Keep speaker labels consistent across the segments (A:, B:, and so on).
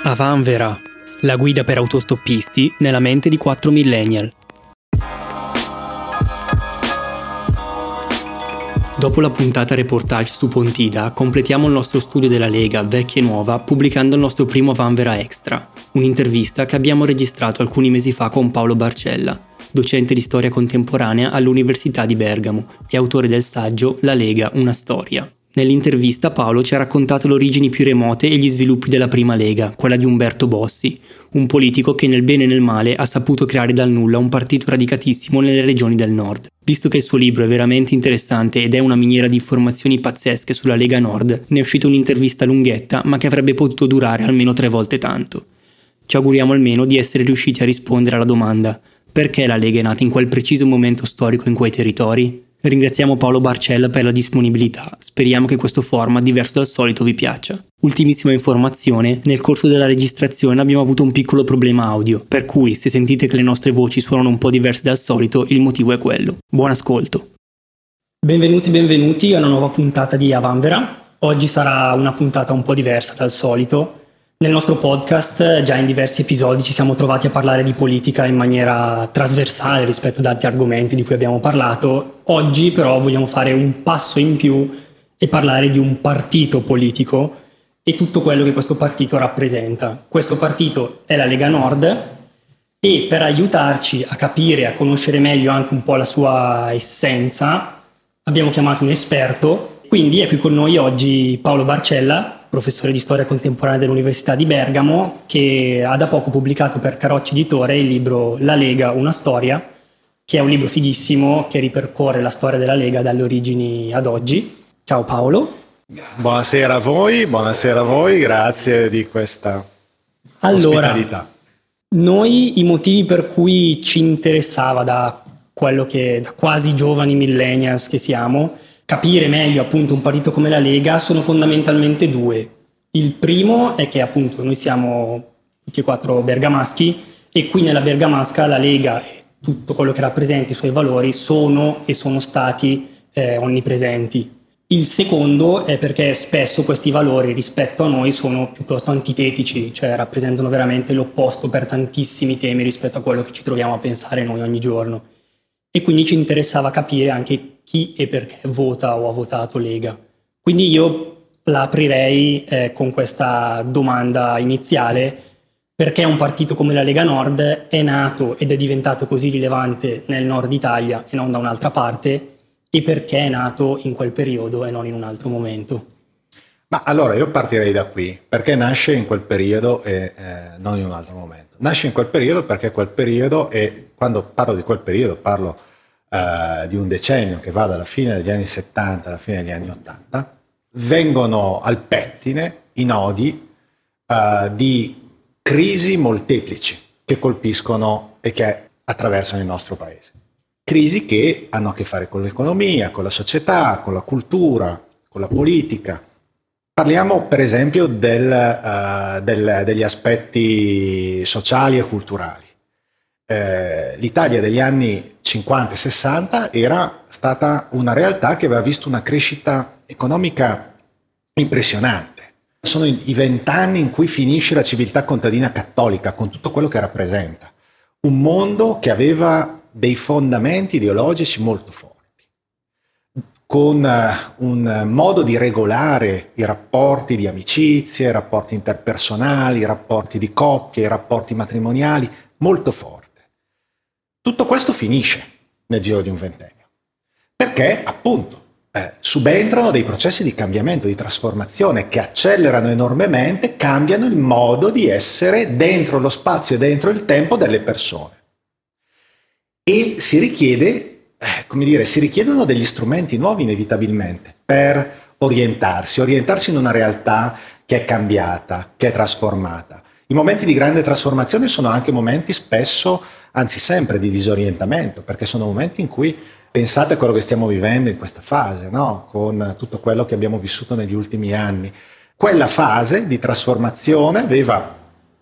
A: Avanvera, la guida per autostoppisti nella mente di 4 millennial. Dopo la puntata reportage su Pontida, completiamo il nostro studio della Lega Vecchia e Nuova pubblicando il nostro primo Avanvera Extra, un'intervista che abbiamo registrato alcuni mesi fa con Paolo Barcella, docente di storia contemporanea all'Università di Bergamo e autore del saggio La Lega, una storia. Nell'intervista Paolo ci ha raccontato le origini più remote e gli sviluppi della prima Lega, quella di Umberto Bossi, un politico che nel bene e nel male ha saputo creare dal nulla un partito radicatissimo nelle regioni del nord. Visto che il suo libro è veramente interessante ed è una miniera di informazioni pazzesche sulla Lega Nord, ne è uscita un'intervista lunghetta ma che avrebbe potuto durare almeno 3 volte tanto. Ci auguriamo almeno di essere riusciti a rispondere alla domanda: perché la Lega è nata in quel preciso momento storico in quei territori? Ringraziamo Paolo Barcella per la disponibilità, speriamo che questo format diverso dal solito vi piaccia. Ultimissima informazione, nel corso della registrazione abbiamo avuto un piccolo problema audio, per cui se sentite che le nostre voci suonano un po' diverse dal solito, il motivo è quello. Buon ascolto! Benvenuti a una nuova puntata di Avanvera. Oggi sarà una puntata un po' diversa dal solito. Nel nostro podcast, già in diversi episodi, ci siamo trovati a parlare di politica in maniera trasversale rispetto ad altri argomenti di cui abbiamo parlato. Oggi però vogliamo fare un passo in più e parlare di un partito politico e tutto quello che questo partito rappresenta. Questo partito è la Lega Nord e per aiutarci a capire, a conoscere meglio anche un po' la sua essenza, abbiamo chiamato un esperto. Quindi è qui con noi oggi Paolo Barcella, professore di storia contemporanea dell'Università di Bergamo, che ha da poco pubblicato per Carocci Editore il libro La Lega, una storia, che è un libro fighissimo che ripercorre la storia della Lega dalle origini ad oggi. Ciao Paolo.
B: Buonasera a voi, grazie di questa ospitalità.
A: Noi i motivi per cui ci interessava da quasi giovani millennials che siamo, capire meglio appunto un partito come la Lega sono fondamentalmente 2. Il primo è che appunto noi siamo tutti e 4 bergamaschi e qui nella Bergamasca la Lega e tutto quello che rappresenta i suoi valori sono stati onnipresenti. Il secondo è perché spesso questi valori rispetto a noi sono piuttosto antitetici, cioè rappresentano veramente l'opposto per tantissimi temi rispetto a quello che ci troviamo a pensare noi ogni giorno. E quindi ci interessava capire anche chi e perché vota o ha votato Lega. Quindi io la aprirei con questa domanda iniziale: perché un partito come la Lega Nord è nato ed è diventato così rilevante nel nord Italia e non da un'altra parte, e perché è nato in quel periodo e non in un altro momento?
B: Ma allora io partirei da qui: perché nasce in quel periodo e non in un altro momento. Nasce in quel periodo perché quel periodo, e quando parlo di quel periodo parlo di un decennio che va dalla fine degli anni 70 alla fine degli anni 80, vengono al pettine i nodi di crisi molteplici che colpiscono e che attraversano il nostro paese. Crisi che hanno a che fare con l'economia, con la società, con la cultura, con la politica. Parliamo per esempio degli aspetti sociali e culturali. L'Italia degli anni 50 e 60 era stata una realtà che aveva visto una crescita economica impressionante. Sono i 20 anni in cui finisce la civiltà contadina cattolica, con tutto quello che rappresenta. Un mondo che aveva dei fondamenti ideologici molto forti, con un modo di regolare i rapporti di amicizia, i rapporti interpersonali, i rapporti di coppia, i rapporti matrimoniali molto forti. Tutto questo finisce nel giro di un ventennio, perché appunto subentrano dei processi di cambiamento, di trasformazione che accelerano enormemente, cambiano il modo di essere dentro lo spazio e dentro il tempo delle persone. E si richiedono degli strumenti nuovi inevitabilmente per orientarsi in una realtà che è cambiata, che è trasformata. I momenti di grande trasformazione sono anche momenti spesso, anzi sempre, di disorientamento, perché sono momenti in cui pensate a quello che stiamo vivendo in questa fase, no? Con tutto quello che abbiamo vissuto negli ultimi anni. Quella fase di trasformazione aveva,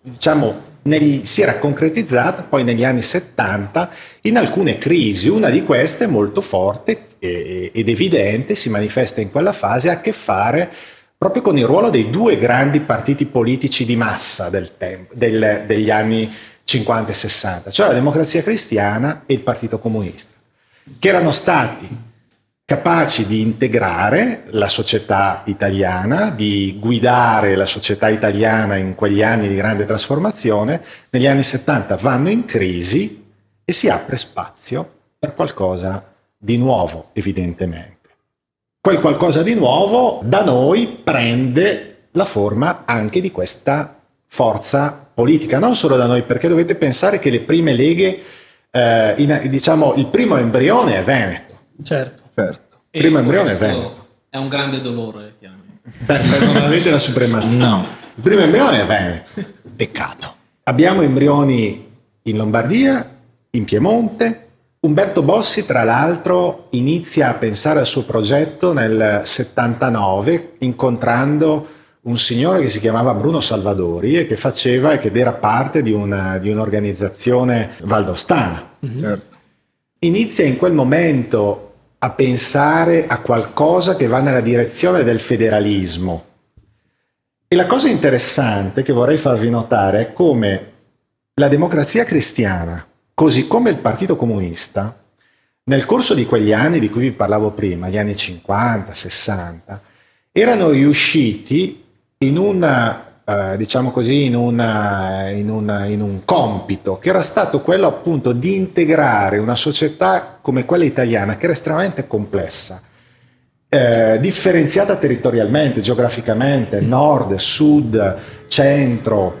B: si era concretizzata poi negli anni 70 in alcune crisi. Una di queste, molto forte ed evidente, si manifesta in quella fase, ha a che fare proprio con il ruolo dei due grandi partiti politici di massa del tempo, degli anni 50 e 60, cioè la Democrazia Cristiana e il Partito Comunista, che erano stati capaci di integrare la società italiana, di guidare la società italiana in quegli anni di grande trasformazione. Negli anni 70 vanno in crisi e si apre spazio per qualcosa di nuovo, evidentemente. Quel qualcosa di nuovo da noi prende la forma anche di questa forza politica, non solo da noi, perché dovete pensare che le prime leghe, diciamo, il primo embrione è Veneto.
C: Certo.
B: Il primo embrione è Veneto.
D: È un grande dolore, chiaramente.
B: Non avete la supremazia.
C: No.
B: Il primo embrione è Veneto.
C: Peccato.
B: Abbiamo embrioni in Lombardia, in Piemonte. Umberto Bossi, tra l'altro, inizia a pensare al suo progetto nel 79, incontrando un signore che si chiamava Bruno Salvadori e che faceva ed era parte di un'organizzazione valdostana.
C: Certo.
B: Inizia in quel momento a pensare a qualcosa che va nella direzione del federalismo. E la cosa interessante che vorrei farvi notare è come la Democrazia Cristiana, così come il Partito Comunista, nel corso di quegli anni di cui vi parlavo prima, gli anni 50, 60, erano riusciti in diciamo così, in un compito che era stato quello appunto di integrare una società come quella italiana, che era estremamente complessa, differenziata territorialmente, geograficamente, nord, sud, centro.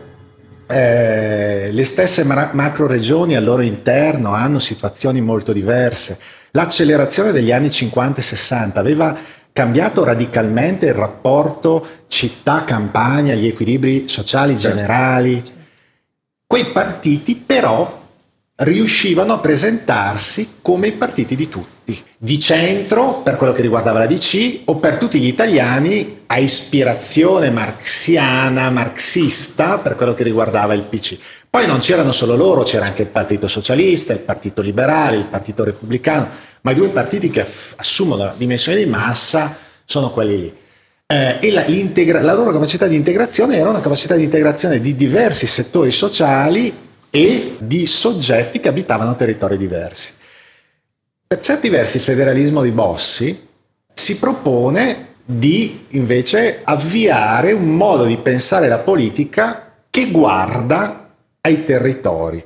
B: Le stesse macro regioni al loro interno hanno situazioni molto diverse. L'accelerazione degli anni 50 e 60 aveva cambiato radicalmente il rapporto città-campagna, gli equilibri sociali generali. Quei partiti però riuscivano a presentarsi come i partiti di tutti, di centro per quello che riguardava la DC o per tutti gli italiani a ispirazione marxiana, marxista per quello che riguardava il PC. Poi non c'erano solo loro, c'era anche il Partito Socialista, il Partito Liberale, il Partito Repubblicano, ma i due partiti che assumono la dimensione di massa sono quelli lì. E la loro capacità di integrazione era una capacità di integrazione di diversi settori sociali e di soggetti che abitavano territori diversi. Per certi versi il federalismo di Bossi si propone di invece avviare un modo di pensare la politica che guarda ai territori,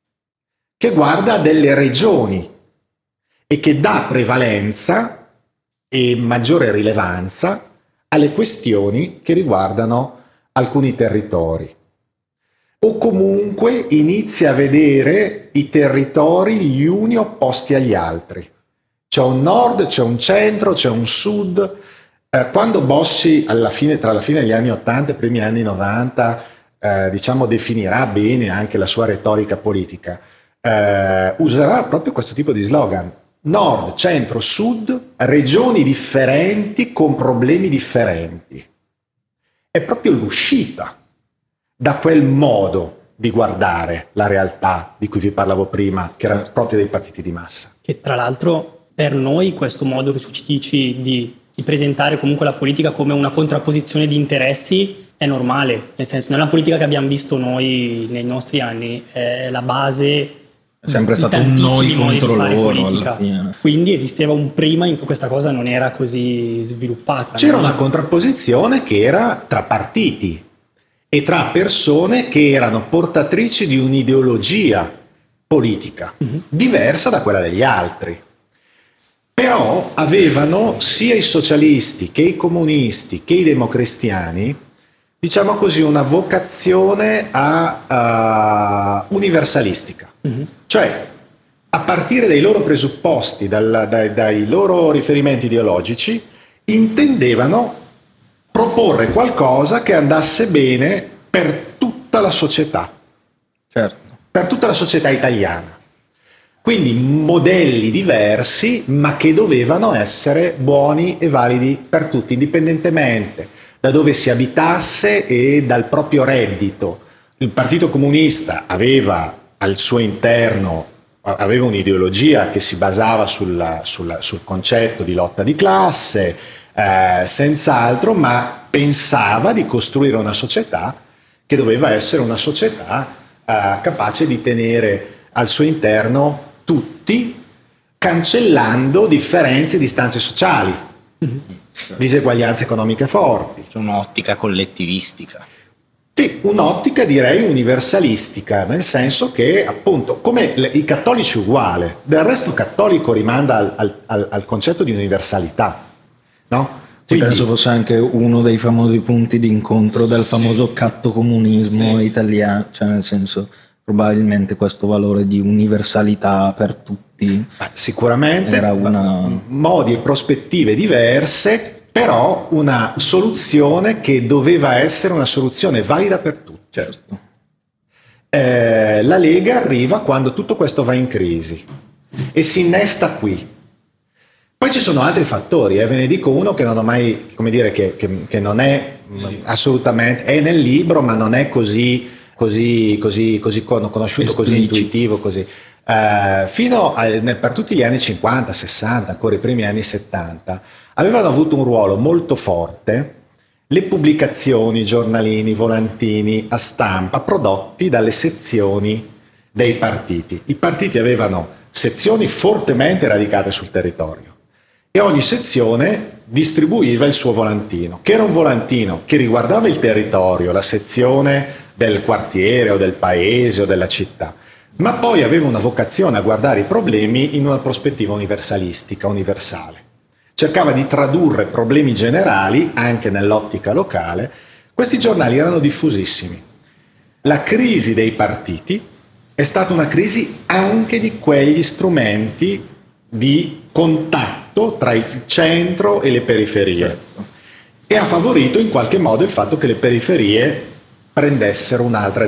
B: che guarda delle regioni e che dà prevalenza e maggiore rilevanza alle questioni che riguardano alcuni territori. O comunque inizia a vedere i territori gli uni opposti agli altri. C'è un nord, c'è un centro, c'è un sud. Quando Bossi, tra la fine degli anni 80 e i primi anni 90, diciamo, definirà bene anche la sua retorica politica, userà proprio questo tipo di slogan. Nord, centro, sud, regioni differenti con problemi differenti. È proprio l'uscita da quel modo di guardare la realtà di cui vi parlavo prima, che era proprio dei partiti di massa.
A: Che tra l'altro per noi questo modo che tu ci dici di presentare comunque la politica come una contrapposizione di interessi è normale, nel senso nella politica che abbiamo visto noi nei nostri anni è la base.
C: È sempre stato un noi contro loro alla fine.
A: Quindi esisteva un prima in cui questa cosa non era così sviluppata.
B: C'era una contrapposizione che era tra partiti e tra persone che erano portatrici di un'ideologia politica diversa da quella degli altri. Però avevano sia i socialisti che i comunisti che i democristiani, diciamo così, una vocazione universalistica. Cioè, a partire dai loro presupposti, dai loro riferimenti ideologici, intendevano proporre qualcosa che andasse bene per tutta la società.
C: Certo.
B: Per tutta la società italiana. Quindi modelli diversi, ma che dovevano essere buoni e validi per tutti, indipendentemente da dove si abitasse e dal proprio reddito. Il Partito Comunista aveva al suo interno un'ideologia che si basava sul concetto di lotta di classe, senz'altro, ma pensava di costruire una società che doveva essere una società capace di tenere al suo interno tutti, cancellando differenze e distanze sociali, diseguaglianze economiche forti.
E: C'è un'ottica collettivistica.
B: Sì, un'ottica direi universalistica, nel senso che appunto, come i cattolici uguale, del resto cattolico rimanda al concetto di universalità, no?
C: Sì,
B: Quindi,
C: penso fosse anche uno dei famosi punti di incontro del famoso cattocomunismo italiano, cioè nel senso probabilmente questo valore di universalità per tutti.
B: sicuramente
C: era
B: modi e prospettive diverse, però una soluzione che doveva essere una soluzione valida per tutti.
C: Certo.
B: La Lega arriva quando tutto questo va in crisi e si innesta qui. Poi ci sono altri fattori, ve ne dico uno che non ho mai, come dire, che non è assolutamente, è nel libro, ma non è così conosciuto, così intuitivo, così. Per tutti gli anni 50, 60, ancora i primi anni 70, avevano avuto un ruolo molto forte le pubblicazioni, giornalini, volantini a stampa prodotti dalle sezioni dei partiti. I partiti avevano sezioni fortemente radicate sul territorio e ogni sezione distribuiva il suo volantino, che era un volantino che riguardava il territorio, la sezione del quartiere o del paese o della città, ma poi aveva una vocazione a guardare i problemi in una prospettiva universalistica, universale. Cercava di tradurre problemi generali anche nell'ottica locale. Questi giornali erano diffusissimi. La crisi dei partiti è stata una crisi anche di quegli strumenti di contatto tra il centro e le periferie.
C: Certo.
B: E ha favorito in qualche modo il fatto che le periferie prendessero un'altra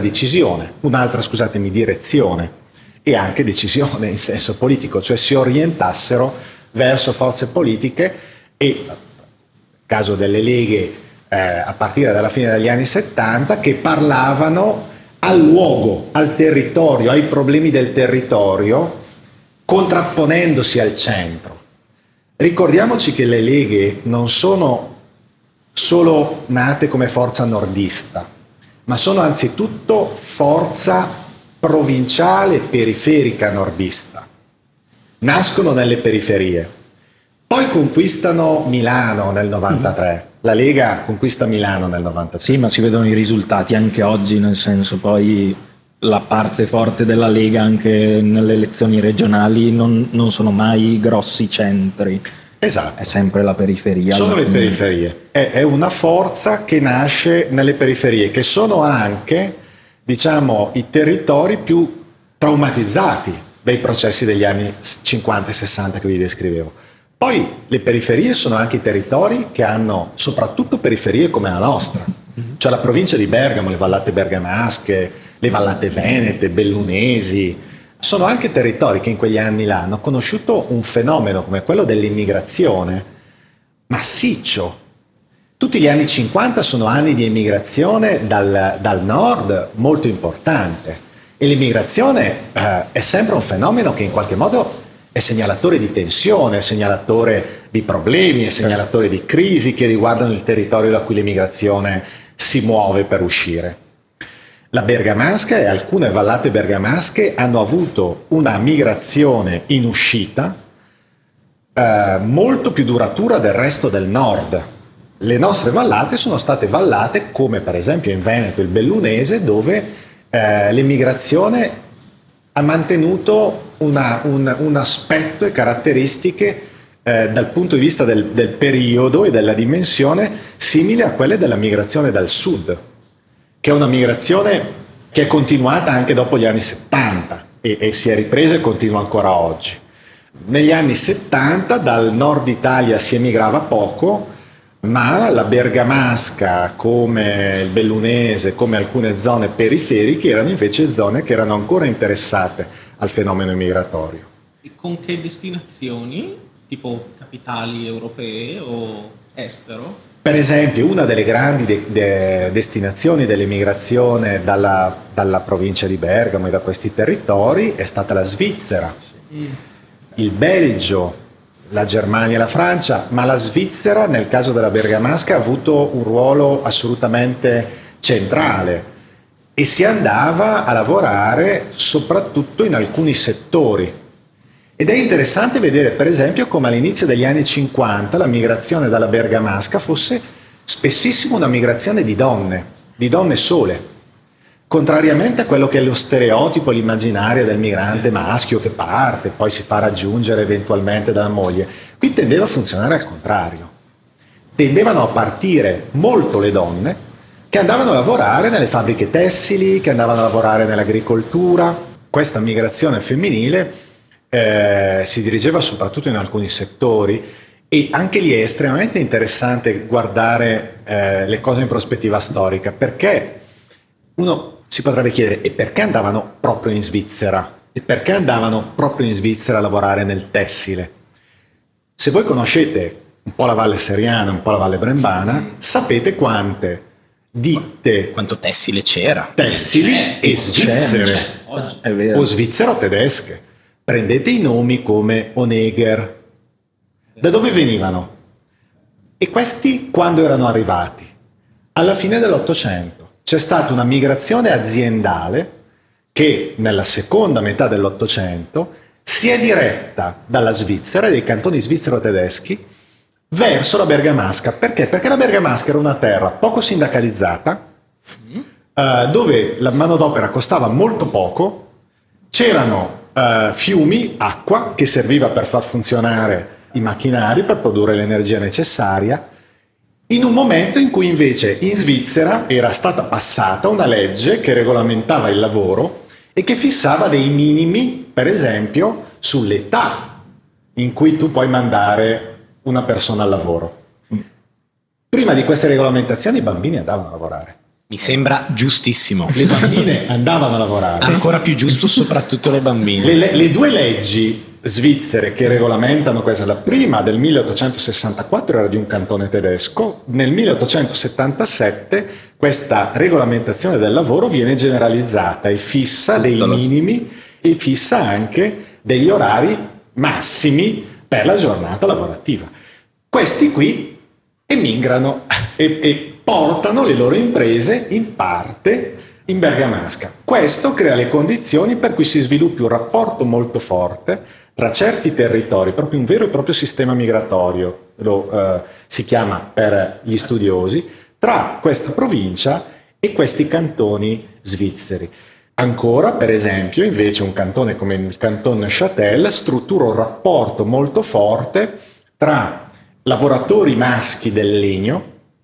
B: direzione, e anche decisione in senso politico, cioè si orientassero verso forze politiche e, nel caso delle leghe a partire dalla fine degli anni 70, che parlavano al luogo, al territorio, ai problemi del territorio, contrapponendosi al centro. Ricordiamoci che le leghe non sono solo nate come forza nordista, ma sono anzitutto forza provinciale periferica nordista. Nascono nelle periferie, poi conquistano Milano nel 93, la Lega conquista Milano nel 93.
C: Sì, ma si vedono i risultati anche oggi, nel senso poi la parte forte della Lega anche nelle elezioni regionali non sono mai grossi centri.
B: Esatto.
C: È sempre la periferia.
B: Sono le periferie, è una forza che nasce nelle periferie, che sono anche, diciamo, i territori più traumatizzati dei processi degli anni 50 e 60 che vi descrivevo. Poi le periferie sono anche i territori che hanno soprattutto periferie come la nostra, cioè la provincia di Bergamo, le vallate bergamasche, le vallate venete, bellunesi. Sono anche territori che in quegli anni là hanno conosciuto un fenomeno come quello dell'immigrazione massiccio. Tutti gli anni 50 sono anni di emigrazione dal nord molto importante. E l'immigrazione è sempre un fenomeno che in qualche modo è segnalatore di tensione, è segnalatore di problemi, è segnalatore di crisi che riguardano il territorio da cui l'immigrazione si muove per uscire. La bergamasca e alcune vallate bergamasche hanno avuto una migrazione in uscita molto più duratura del resto del nord. Le nostre vallate sono state vallate come per esempio in Veneto il Bellunese, dove l'emigrazione ha mantenuto un aspetto e caratteristiche dal punto di vista del periodo e della dimensione simile a quelle della migrazione dal sud, che è una migrazione che è continuata anche dopo gli anni 70 e si è ripresa e continua ancora oggi. Negli anni 70 dal nord Italia si emigrava poco, ma la bergamasca, come il bellunese, come alcune zone periferiche, erano invece zone che erano ancora interessate al fenomeno migratorio.
D: E con che destinazioni? Tipo capitali europee o estero?
B: Per esempio, una delle grandi destinazioni dell'emigrazione dalla provincia di Bergamo e da questi territori è stata la Svizzera, il Belgio, la Germania e la Francia, ma la Svizzera nel caso della bergamasca ha avuto un ruolo assolutamente centrale e si andava a lavorare soprattutto in alcuni settori. Ed è interessante vedere per esempio come all'inizio degli anni 50 la migrazione dalla bergamasca fosse spessissimo una migrazione di donne sole. Contrariamente a quello che è lo stereotipo, l'immaginario del migrante maschio che parte, poi si fa raggiungere eventualmente dalla moglie, qui tendeva a funzionare al contrario. Tendevano a partire molto le donne che andavano a lavorare nelle fabbriche tessili, che andavano a lavorare nell'agricoltura. Questa migrazione femminile si dirigeva soprattutto in alcuni settori e anche lì è estremamente interessante guardare le cose in prospettiva storica, perché uno si potrebbe chiedere: e perché andavano proprio in Svizzera? E perché andavano proprio in Svizzera a lavorare nel tessile? Se voi conoscete un po' la Valle Seriana, un po' la Valle Brembana, sapete quante ditte,
E: quanto tessile c'era,
B: tessili e svizzere, o svizzero-tedesche. Prendete i nomi come Honegger. Da dove venivano? E questi quando erano arrivati? Alla fine dell'Ottocento. C'è stata una migrazione aziendale che nella seconda metà dell'Ottocento si è diretta dalla Svizzera e dai cantoni svizzero-tedeschi verso la bergamasca. Perché? Perché la bergamasca era una terra poco sindacalizzata, dove la manodopera costava molto poco, c'erano fiumi, acqua che serviva per far funzionare i macchinari, per produrre l'energia necessaria, in un momento in cui invece in Svizzera era stata passata una legge che regolamentava il lavoro e che fissava dei minimi, per esempio, sull'età in cui tu puoi mandare una persona al lavoro. Prima di queste regolamentazioni i bambini andavano a lavorare.
E: Mi sembra giustissimo.
B: Le bambine andavano a lavorare.
E: Ancora più giusto soprattutto le bambine.
B: Le due leggi svizzere che regolamentano questa, la prima del 1864 era di un cantone tedesco, nel 1877 questa regolamentazione del lavoro viene generalizzata e fissa dei minimi e fissa anche degli orari massimi per la giornata lavorativa. Questi qui emigrano e portano le loro imprese in parte in bergamasca. Questo crea le condizioni per cui si sviluppi un rapporto molto forte tra certi territori, proprio un vero e proprio sistema migratorio, si chiama per gli studiosi, tra questa provincia e questi cantoni svizzeri. Ancora, per esempio, invece un cantone come il canton Neuchâtel struttura un rapporto molto forte tra lavoratori maschi del legno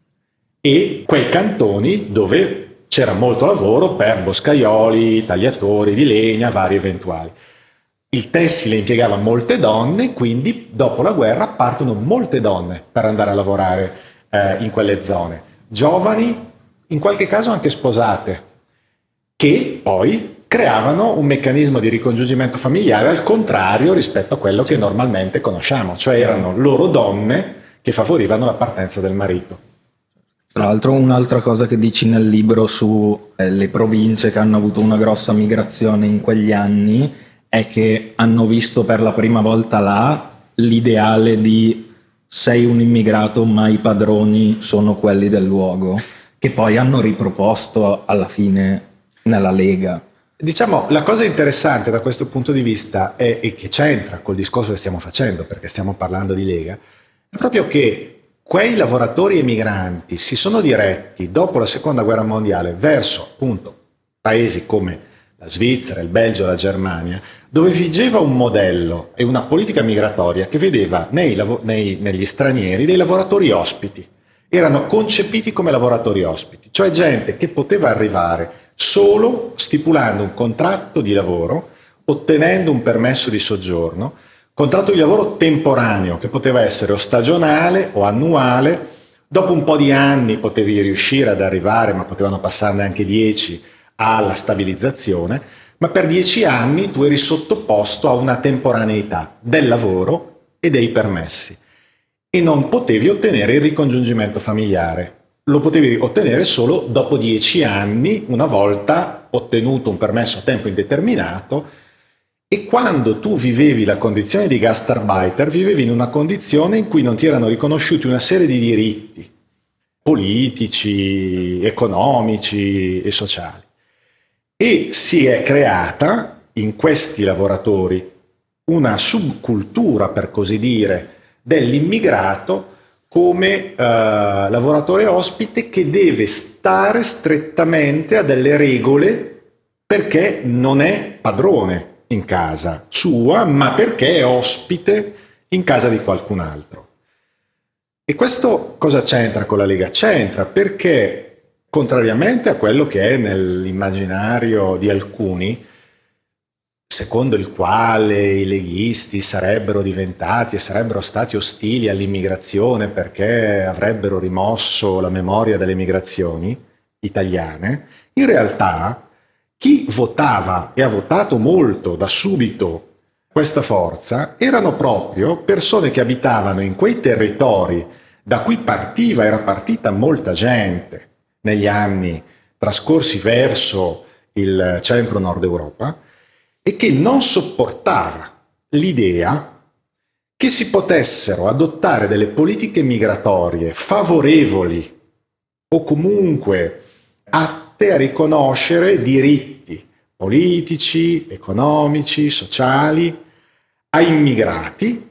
B: e quei cantoni dove c'era molto lavoro per boscaioli, tagliatori di legna, vari eventuali. Il tessile impiegava molte donne, quindi dopo la guerra partono molte donne per andare a lavorare in quelle zone. Giovani, in qualche caso anche sposate, che poi creavano un meccanismo di ricongiungimento familiare al contrario rispetto a quello che normalmente conosciamo, cioè erano loro donne che favorivano la partenza del marito.
C: Tra l'altro un'altra cosa che dici nel libro su le province che hanno avuto una grossa migrazione in quegli anni è che hanno visto per la prima volta là l'ideale di sei un immigrato ma i padroni sono quelli del luogo, che poi hanno riproposto alla fine nella Lega.
B: Diciamo, la cosa interessante da questo punto di vista e che c'entra col discorso che stiamo facendo, perché stiamo parlando di Lega, è proprio che quei lavoratori emigranti si sono diretti dopo la seconda guerra mondiale verso appunto paesi come la Svizzera, il Belgio, la Germania, dove vigeva un modello e una politica migratoria che vedeva negli stranieri dei lavoratori ospiti. Erano concepiti come lavoratori ospiti, cioè gente che poteva arrivare solo stipulando un contratto di lavoro, ottenendo un permesso di soggiorno, contratto di lavoro temporaneo che poteva essere o stagionale o annuale. Dopo un po' di anni potevi riuscire ad arrivare, ma potevano passarne anche 10, alla stabilizzazione, ma per 10 anni tu eri sottoposto a una temporaneità del lavoro e dei permessi e non potevi ottenere il ricongiungimento familiare. Lo potevi ottenere solo dopo 10 anni, una volta ottenuto un permesso a tempo indeterminato, E quando tu vivevi la condizione di gastarbeiter, vivevi in una condizione in cui non ti erano riconosciuti una serie di diritti politici, economici e sociali. E si è creata in questi lavoratori una subcultura, per così dire, dell'immigrato come lavoratore ospite che deve stare strettamente a delle regole perché non è padrone in casa sua, ma perché è ospite in casa di qualcun altro. E questo cosa c'entra con la Lega? C'entra perché, contrariamente a quello che è nell'immaginario di alcuni, secondo il quale i leghisti sarebbero diventati e sarebbero stati ostili all'immigrazione perché avrebbero rimosso la memoria delle migrazioni italiane, in realtà chi votava e ha votato molto da subito questa forza erano proprio persone che abitavano in quei territori da cui era partita molta gente negli anni trascorsi verso il centro-nord Europa e che non sopportava l'idea che si potessero adottare delle politiche migratorie favorevoli o comunque atte a riconoscere diritti politici, economici, sociali a immigrati,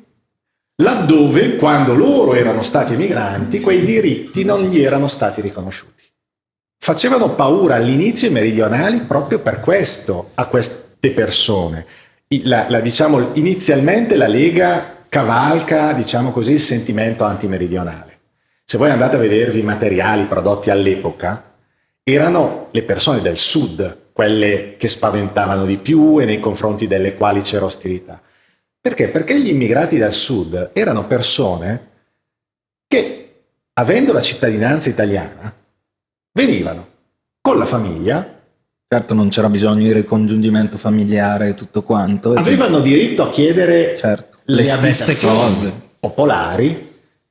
B: laddove quando loro erano stati migranti quei diritti non gli erano stati riconosciuti. Facevano paura all'inizio i meridionali proprio per questo a queste persone. Diciamo, inizialmente la Lega cavalca, diciamo così, il sentimento antimeridionale. Se voi andate a vedervi i materiali prodotti all'epoca, erano le persone del sud quelle che spaventavano di più e nei confronti delle quali c'era ostilità. Perché? Perché gli immigrati dal sud erano persone che, avendo la cittadinanza italiana, venivano con la famiglia.
C: Certo, non c'era bisogno di ricongiungimento familiare e tutto quanto.
B: Avevano diritto a chiedere
C: le stesse cose
B: popolari.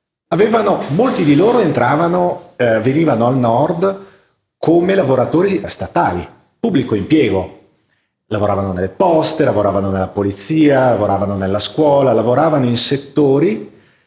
B: Molti di loro venivano al nord come lavoratori statali, pubblico impiego. Lavoravano nelle poste, lavoravano nella polizia, lavoravano nella scuola, lavoravano in settori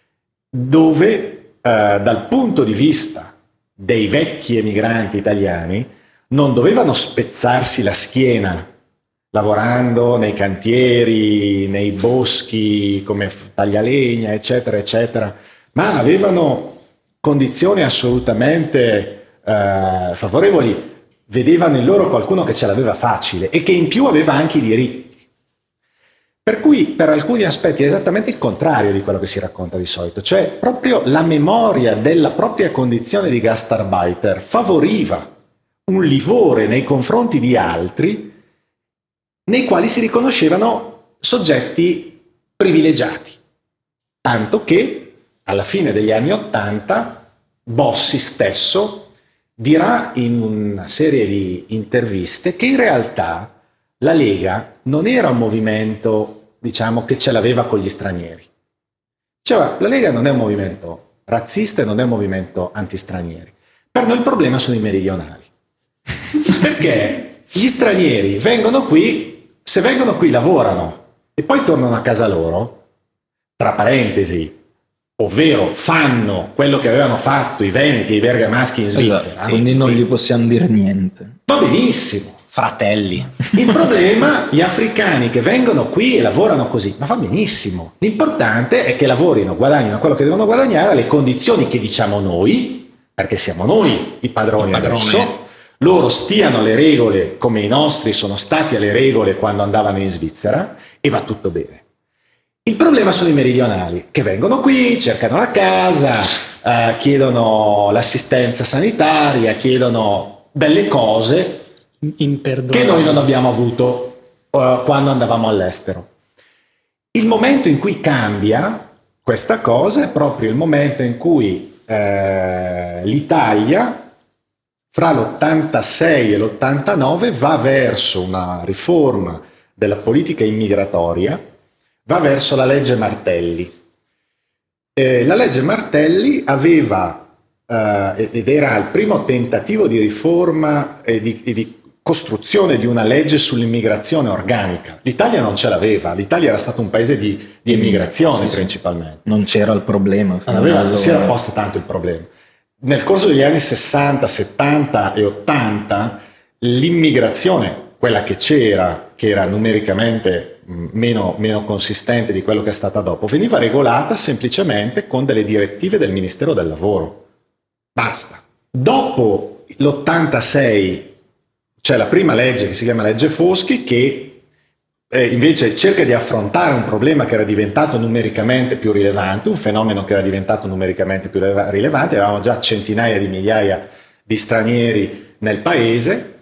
B: dove dal punto di vista dei vecchi emigranti italiani non dovevano spezzarsi la schiena lavorando nei cantieri, nei boschi come taglialegna, eccetera, eccetera, ma avevano condizioni assolutamente favorevoli. Vedevano in loro qualcuno che ce l'aveva facile e che in più aveva anche i diritti. Per cui per alcuni aspetti è esattamente il contrario di quello che si racconta di solito, cioè proprio la memoria della propria condizione di gastarbeiter favoriva un livore nei confronti di altri nei quali si riconoscevano soggetti privilegiati. Tanto che alla fine degli anni '80 Bossi stesso dirà in una serie di interviste che in realtà la Lega non era un movimento, diciamo, che ce l'aveva con gli stranieri. Cioè, la Lega non è un movimento razzista e non è un movimento antistranieri. Per noi il problema sono i meridionali. Perché gli stranieri vengono qui, se vengono qui lavorano e poi tornano a casa loro, tra parentesi, ovvero fanno quello che avevano fatto i veneti e i bergamaschi in Svizzera.
C: Quindi non gli possiamo dire niente.
B: Va benissimo.
E: Fratelli.
B: Il problema, gli africani che vengono qui e lavorano così, ma va benissimo. L'importante è che lavorino, guadagnino quello che devono guadagnare alle condizioni che diciamo noi, perché siamo noi i padroni adesso, loro stiano alle regole come i nostri sono stati alle regole quando andavano in Svizzera e va tutto bene. Il problema sono i meridionali che vengono qui, cercano la casa, chiedono l'assistenza sanitaria, chiedono delle cose che noi non abbiamo avuto quando andavamo all'estero. Il momento in cui cambia questa cosa è proprio il momento in cui l'Italia, fra l'86 e l'89, va verso una riforma della politica immigratoria, va verso la legge Martelli. La legge Martelli aveva, ed era il primo tentativo di riforma e di costruzione di una legge sull'immigrazione organica. L'Italia non ce l'aveva, l'Italia era stato un paese di emigrazione principalmente.
C: Non c'era il problema.
B: Non si era posto tanto il problema. Nel corso degli anni 60, 70 e 80, l'immigrazione, quella che c'era, che era numericamente meno consistente di quello che è stata dopo, veniva regolata semplicemente con delle direttive del Ministero del Lavoro. Basta. Dopo l'86 c'è la prima legge che si chiama legge Foschi, che invece cerca di affrontare un problema che era diventato numericamente più rilevante, un fenomeno che era diventato numericamente più rilevante. Avevamo già centinaia di migliaia di stranieri nel paese,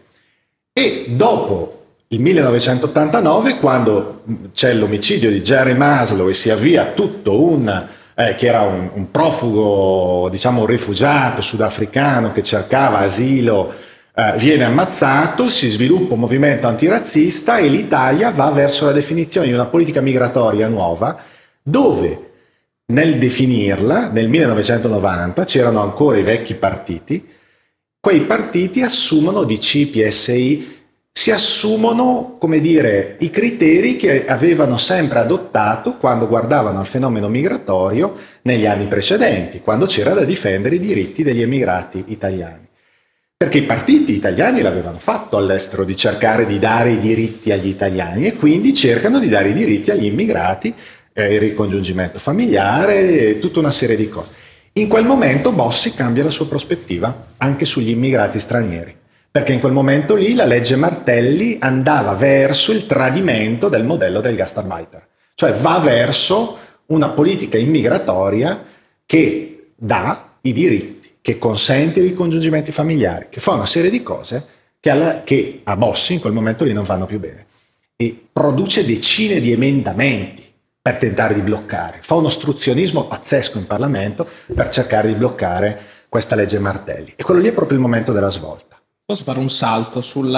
B: e dopo il 1989, quando c'è l'omicidio di Jerry Maslow e si avvia tutto che era un profugo, diciamo un rifugiato sudafricano che cercava asilo, viene ammazzato, si sviluppa un movimento antirazzista e l'Italia va verso la definizione di una politica migratoria nuova, dove nel definirla, nel 1990, c'erano ancora i vecchi partiti. Quei partiti assumono DC, PSI, si assumono, come dire, i criteri che avevano sempre adottato quando guardavano al fenomeno migratorio negli anni precedenti, quando c'era da difendere i diritti degli emigrati italiani. Perché i partiti italiani l'avevano fatto all'estero, di cercare di dare i diritti agli italiani, e quindi cercano di dare i diritti agli immigrati, il ricongiungimento familiare, tutta una serie di cose. In quel momento Bossi cambia la sua prospettiva anche sugli immigrati stranieri, perché in quel momento lì la legge Martelli andava verso il tradimento del modello del gastarbeiter, cioè va verso una politica immigratoria che dà i diritti, che consente i ricongiungimenti familiari, che fa una serie di cose che a Bossi in quel momento lì non vanno più bene, e produce decine di emendamenti per tentare di bloccare, fa un ostruzionismo pazzesco in Parlamento per cercare di bloccare questa legge Martelli, e quello lì è proprio il momento della svolta.
D: Posso fare un salto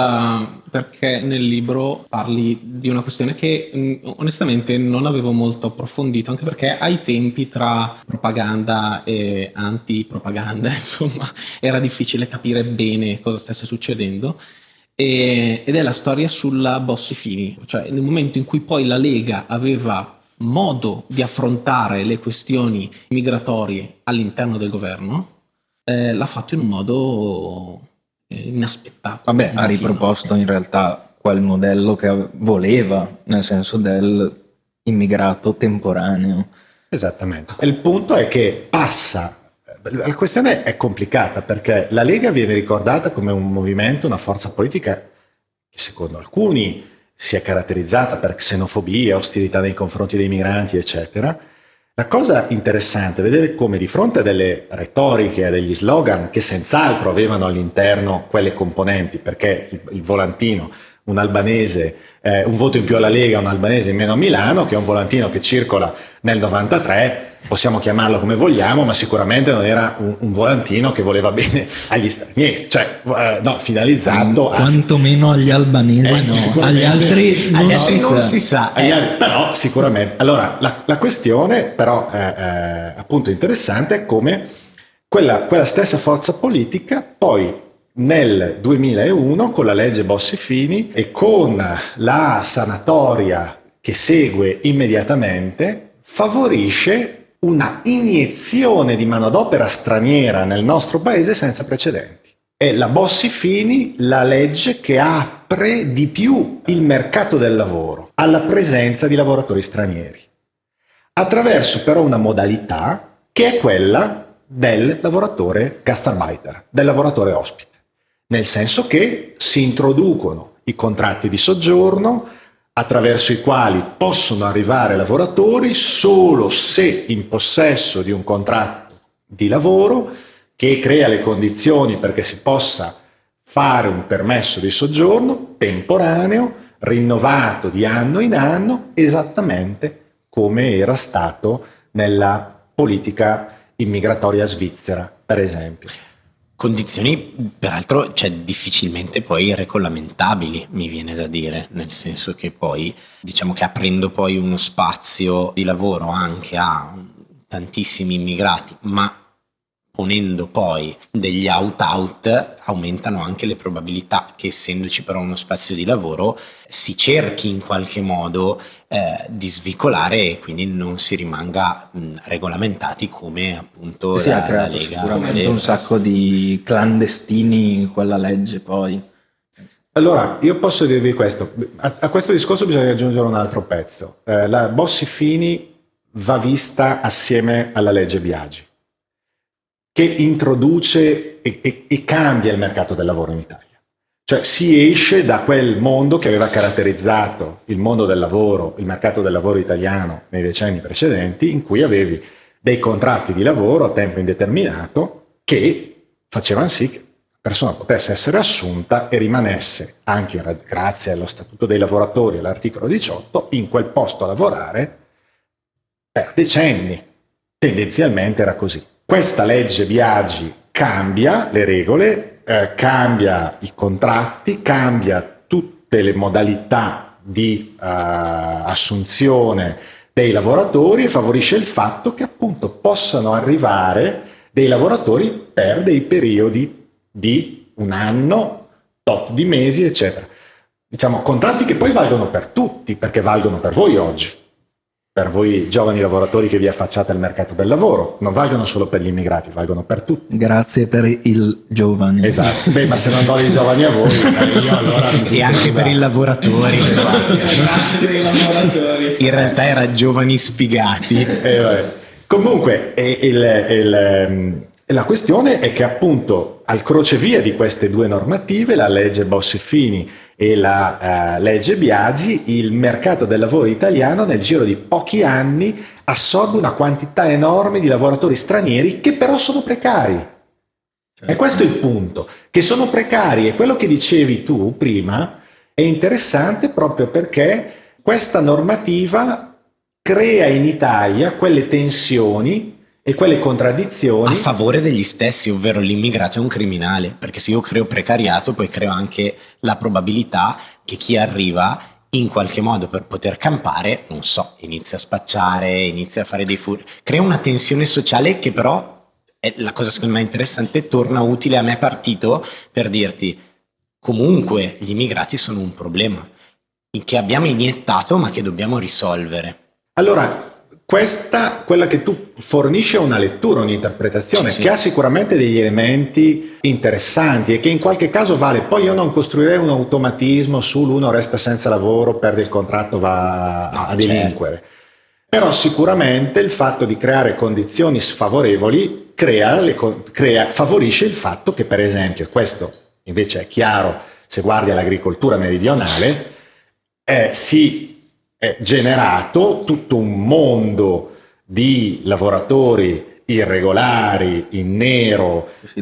D: perché nel libro parli di una questione che onestamente non avevo molto approfondito, anche perché ai tempi tra propaganda e antipropaganda, insomma, era difficile capire bene cosa stesse succedendo, ed è la storia sulla Bossi-Fini, cioè nel momento in cui poi la Lega aveva modo di affrontare le questioni migratorie all'interno del governo, l'ha fatto in un modo inaspettato.
C: Vabbè, ha riproposto in realtà quel modello che voleva, nel senso del immigrato temporaneo.
B: Esattamente. Il punto è che la questione è complicata, perché la Lega viene ricordata come un movimento, una forza politica che secondo alcuni si è caratterizzata per xenofobia, ostilità nei confronti dei migranti, eccetera. La cosa interessante è vedere come di fronte a delle retoriche, a degli slogan che senz'altro avevano all'interno quelle componenti, perché il volantino, un albanese, un voto in più alla Lega, un albanese in meno a Milano, che è un volantino che circola nel 93, possiamo chiamarlo come vogliamo, ma sicuramente non era un volantino che voleva bene agli stranieri, cioè finalizzato
C: quantomeno agli albanesi, no, agli altri non si sa.
B: Però sicuramente. Allora la questione però appunto interessante è come quella stessa forza politica poi nel 2001 con la legge Bossi-Fini e con la sanatoria che segue immediatamente favorisce una iniezione di manodopera straniera nel nostro paese senza precedenti. È la Bossi-Fini la legge che apre di più il mercato del lavoro alla presenza di lavoratori stranieri, attraverso però una modalità che è quella del lavoratore gastarbeiter, del lavoratore ospite, nel senso che si introducono i contratti di soggiorno attraverso i quali possono arrivare lavoratori solo se in possesso di un contratto di lavoro che crea le condizioni perché si possa fare un permesso di soggiorno temporaneo, rinnovato di anno in anno, esattamente come era stato nella politica immigratoria svizzera, per esempio.
E: Condizioni peraltro difficilmente poi regolamentabili, mi viene da dire, nel senso che poi diciamo che aprendo poi uno spazio di lavoro anche a tantissimi immigrati, ma ponendo poi degli out aumentano anche le probabilità che, essendoci però uno spazio di lavoro, si cerchi in qualche modo di svicolare e quindi non si rimanga regolamentati come appunto
C: Sì, ha
E: la
C: creato
E: Lega
C: sicuramente un sacco di clandestini quella legge poi.
B: Allora, io posso dirvi questo, a questo discorso bisogna aggiungere un altro pezzo. La Bossi-Fini va vista assieme alla legge Biagi, che introduce e cambia il mercato del lavoro in Italia. Cioè si esce da quel mondo che aveva caratterizzato il mondo del lavoro, il mercato del lavoro italiano nei decenni precedenti, in cui avevi dei contratti di lavoro a tempo indeterminato che facevano sì che la persona potesse essere assunta e rimanesse, anche grazie allo Statuto dei lavoratori, all'articolo 18, in quel posto a lavorare per decenni. Tendenzialmente era così. Questa legge Biagi cambia le regole, cambia i contratti, cambia tutte le modalità di assunzione dei lavoratori e favorisce il fatto che appunto possano arrivare dei lavoratori per dei periodi di un anno, tot di mesi, eccetera. Diciamo contratti che poi valgono per tutti, perché valgono per voi oggi. Per voi giovani lavoratori che vi affacciate al mercato del lavoro, non valgono solo per gli immigrati, valgono per tutti.
C: Grazie per il giovane.
B: Esatto, beh, ma se non do i giovani a voi, io allora...
E: e anche per i lavoratori.
D: Grazie per i lavoratori.
E: In realtà era giovani sfigati.
B: Comunque, la questione è che appunto al crocevia di queste due normative, la legge Bossi-Fini e la legge Biagi, il mercato del lavoro italiano nel giro di pochi anni assorbe una quantità enorme di lavoratori stranieri che però sono precari. Certo. E questo è il punto, che sono precari, e quello che dicevi tu prima è interessante proprio perché questa normativa crea in Italia quelle tensioni e quelle contraddizioni
E: a favore degli stessi, ovvero l'immigrato è un criminale, perché se io creo precariato poi creo anche la probabilità che chi arriva in qualche modo per poter campare, non so, inizia a spacciare, inizia a fare dei furti, crea una tensione sociale che però è la cosa secondo me interessante, torna utile a me partito per dirti comunque gli immigrati sono un problema che abbiamo iniettato ma che dobbiamo risolvere.
B: Allora, quella che tu fornisci è una lettura, un'interpretazione che ha sicuramente degli elementi interessanti e che in qualche caso vale. Poi io non costruirei un automatismo sull'uno resta senza lavoro, perde il contratto, va a delinquere. Certo. Però sicuramente il fatto di creare condizioni sfavorevoli favorisce il fatto che, per esempio, questo invece è chiaro se guardi all'agricoltura meridionale, si è generato tutto un mondo di lavoratori irregolari, in nero,
C: di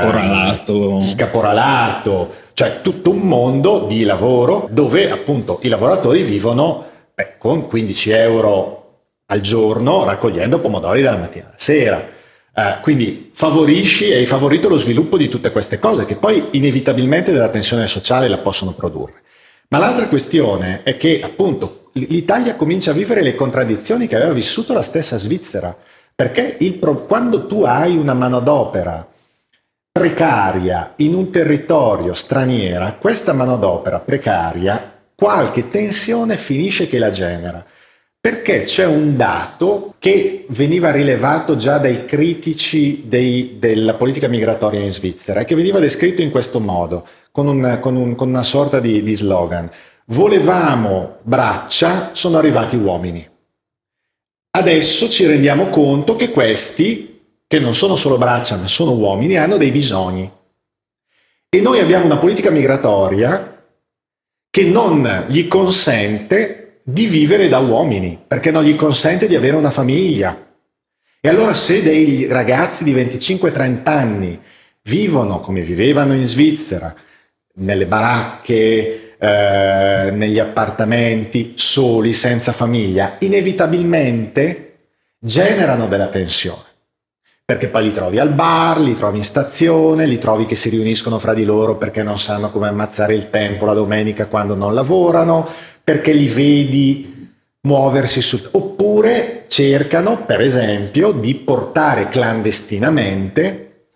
C: caporalato,
B: cioè tutto un mondo di lavoro dove appunto i lavoratori vivono con 15 euro al giorno raccogliendo pomodori dalla mattina alla sera. Quindi hai favorito lo sviluppo di tutte queste cose che poi inevitabilmente della tensione sociale la possono produrre. Ma l'altra questione è che appunto l'Italia comincia a vivere le contraddizioni che aveva vissuto la stessa Svizzera, perché quando tu hai una manodopera precaria in un territorio straniera, questa manodopera precaria qualche tensione finisce che la genera, perché c'è un dato che veniva rilevato già dai critici della politica migratoria in Svizzera e che veniva descritto in questo modo, con una sorta di slogan. Volevamo braccia, sono arrivati uomini. Adesso ci rendiamo conto che questi, che non sono solo braccia ma sono uomini, hanno dei bisogni. E noi abbiamo una politica migratoria che non gli consente di vivere da uomini, perché non gli consente di avere una famiglia. E allora se dei ragazzi di 25-30 anni vivono come vivevano in Svizzera, nelle baracche, negli appartamenti, soli, senza famiglia, inevitabilmente generano della tensione, perché poi li trovi al bar, li trovi in stazione, li trovi che si riuniscono fra di loro perché non sanno come ammazzare il tempo la domenica quando non lavorano, perché li vedi muoversi oppure cercano per esempio di portare clandestinamente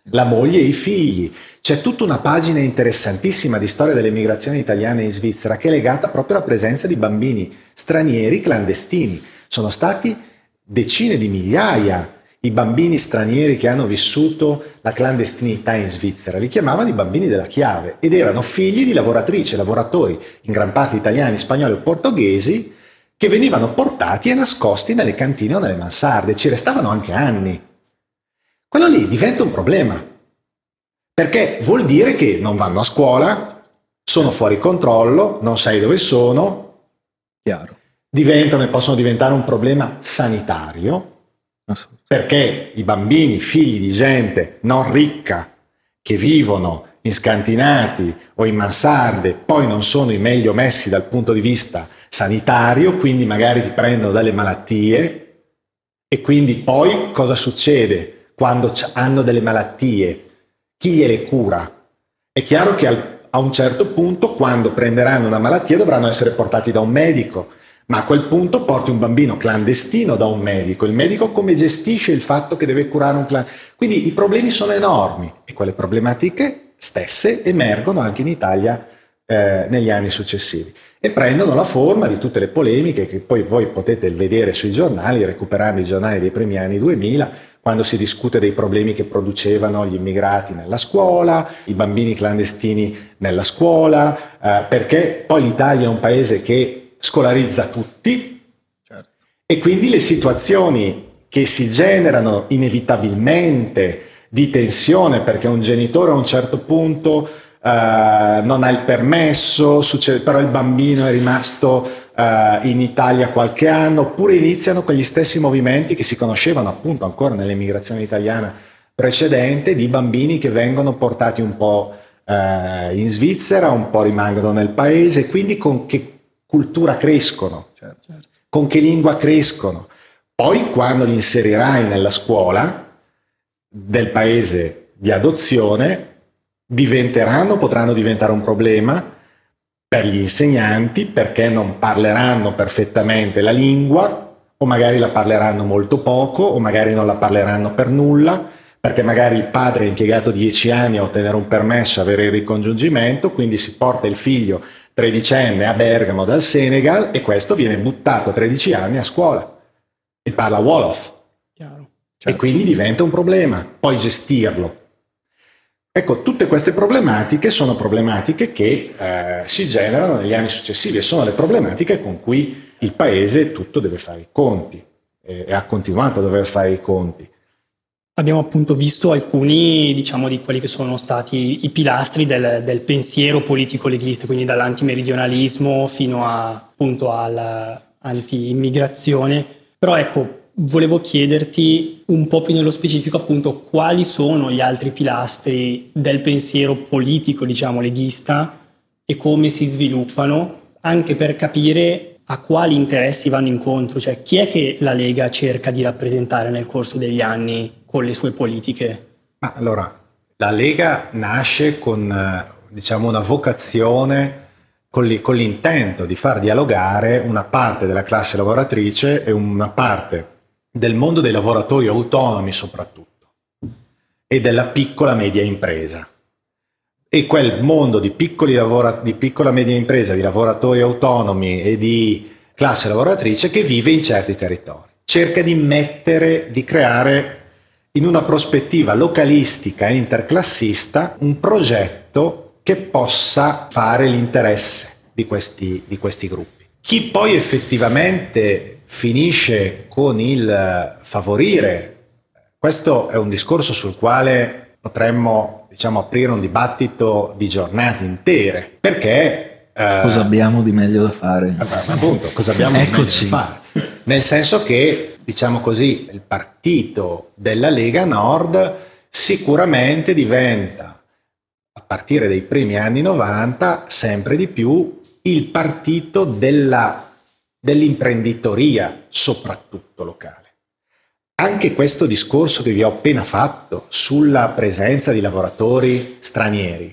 B: la moglie e i figli. C'è tutta una pagina interessantissima di storia delle migrazioni italiane in Svizzera che è legata proprio alla presenza di bambini stranieri clandestini. Sono stati decine di migliaia i bambini stranieri che hanno vissuto la clandestinità in Svizzera. Li chiamavano i bambini della chiave ed erano figli di lavoratrici e lavoratori, in gran parte italiani, spagnoli o portoghesi, che venivano portati e nascosti nelle cantine o nelle mansarde. Ci restavano anche anni. Quello lì diventa un problema, perché vuol dire che non vanno a scuola, sono fuori controllo, non sai dove sono,
C: Chiaro.
B: diventano e possono diventare un problema sanitario, perché i bambini, figli di gente non ricca, che vivono in scantinati o in mansarde, poi non sono i meglio messi dal punto di vista sanitario, quindi magari ti prendono delle malattie, e quindi poi cosa succede quando hanno delle malattie? Chi gliele cura? È chiaro che a un certo punto, quando prenderanno una malattia, dovranno essere portati da un medico, ma a quel punto porti un bambino clandestino da un medico. Il medico come gestisce il fatto che deve curare un clandestino? Quindi i problemi sono enormi e quelle problematiche stesse emergono anche in Italia negli anni successivi e prendono la forma di tutte le polemiche che poi voi potete vedere sui giornali, recuperando i giornali dei primi anni 2000, quando si discute dei problemi che producevano gli immigrati nella scuola, i bambini clandestini nella scuola, perché poi l'Italia è un paese che scolarizza tutti, certo. E quindi le situazioni che si generano inevitabilmente di tensione perché un genitore a un certo punto non ha il permesso, però il bambino è rimasto in Italia qualche anno, oppure iniziano quegli stessi movimenti che si conoscevano appunto ancora nell'immigrazione italiana precedente, di bambini che vengono portati un po' in Svizzera, un po' rimangono nel paese, quindi con che cultura crescono, certo. Con che lingua crescono. Poi quando li inserirai nella scuola del paese di adozione potranno diventare un problema per gli insegnanti, perché non parleranno perfettamente la lingua, o magari la parleranno molto poco, o magari non la parleranno per nulla, perché magari il padre è impiegato 10 anni a ottenere un permesso, avere il ricongiungimento, quindi si porta il figlio 13enne a Bergamo dal Senegal e questo viene buttato a 13 anni a scuola e parla Wolof. Chiaro. Certo. E quindi diventa un problema, poi gestirlo. Ecco, tutte queste problematiche sono problematiche che si generano negli anni successivi e sono le problematiche con cui il paese tutto deve fare i conti e ha continuato a dover fare i conti.
A: Abbiamo appunto visto alcuni, diciamo, di quelli che sono stati i pilastri del pensiero politico-leghista, quindi dall'antimeridionalismo fino appunto all'anti-immigrazione. Però ecco, volevo chiederti un po' più nello specifico appunto quali sono gli altri pilastri del pensiero politico, diciamo, leghista e come si sviluppano, anche per capire a quali interessi vanno incontro, cioè chi è che la Lega cerca di rappresentare nel corso degli anni con le sue politiche?
B: Ma allora, la Lega nasce con diciamo una vocazione, con l'intento di far dialogare una parte della classe lavoratrice e una parte del mondo dei lavoratori autonomi soprattutto e della piccola media impresa, e quel mondo di piccola media impresa, di lavoratori autonomi e di classe lavoratrice che vive in certi territori. Cerca di creare in una prospettiva localistica e interclassista un progetto che possa fare l'interesse di questi gruppi. Chi poi effettivamente finisce con il favorire, questo è un discorso sul quale potremmo, diciamo, aprire un dibattito di giornate intere, perché
C: cosa abbiamo di meglio da fare?
B: Appunto, cosa abbiamo di meglio da fare? Nel senso che, diciamo così, il partito della Lega Nord sicuramente diventa, a partire dai primi anni 90, sempre di più il partito dell'imprenditoria, soprattutto locale. Anche questo discorso che vi ho appena fatto sulla presenza di lavoratori stranieri,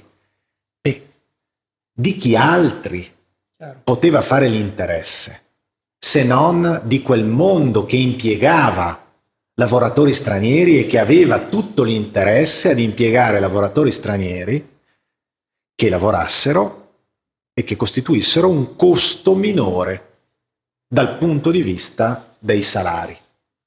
B: di chi altri poteva fare l'interesse se non di quel mondo che impiegava lavoratori stranieri e che aveva tutto l'interesse ad impiegare lavoratori stranieri che lavorassero e che costituissero un costo minore dal punto di vista dei salari.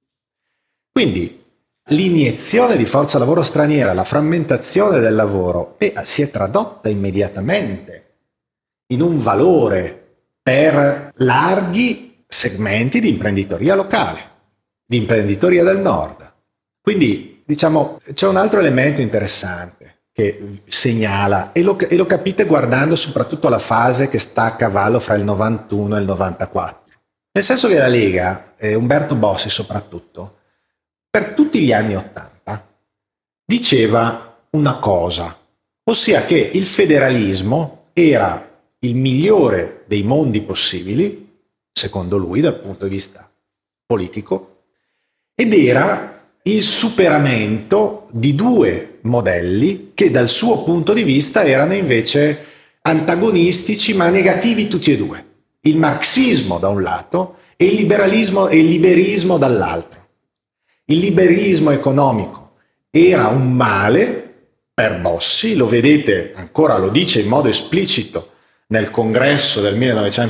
B: Quindi l'iniezione di forza lavoro straniera, la frammentazione del lavoro si è tradotta immediatamente in un valore per larghi segmenti di imprenditoria locale, di imprenditoria del nord. Quindi, diciamo, c'è un altro elemento interessante che segnala, e lo capite guardando soprattutto la fase che sta a cavallo fra il 91 e il 94. Nel senso che la Lega, Umberto Bossi soprattutto, per tutti gli anni 80 diceva una cosa, ossia che il federalismo era il migliore dei mondi possibili, secondo lui dal punto di vista politico, ed era il superamento di due modelli che dal suo punto di vista erano invece antagonistici ma negativi tutti e due. Il marxismo da un lato e il liberalismo e il liberismo dall'altro. Il liberismo economico era un male per Bossi, lo vedete ancora, lo dice in modo esplicito nel congresso del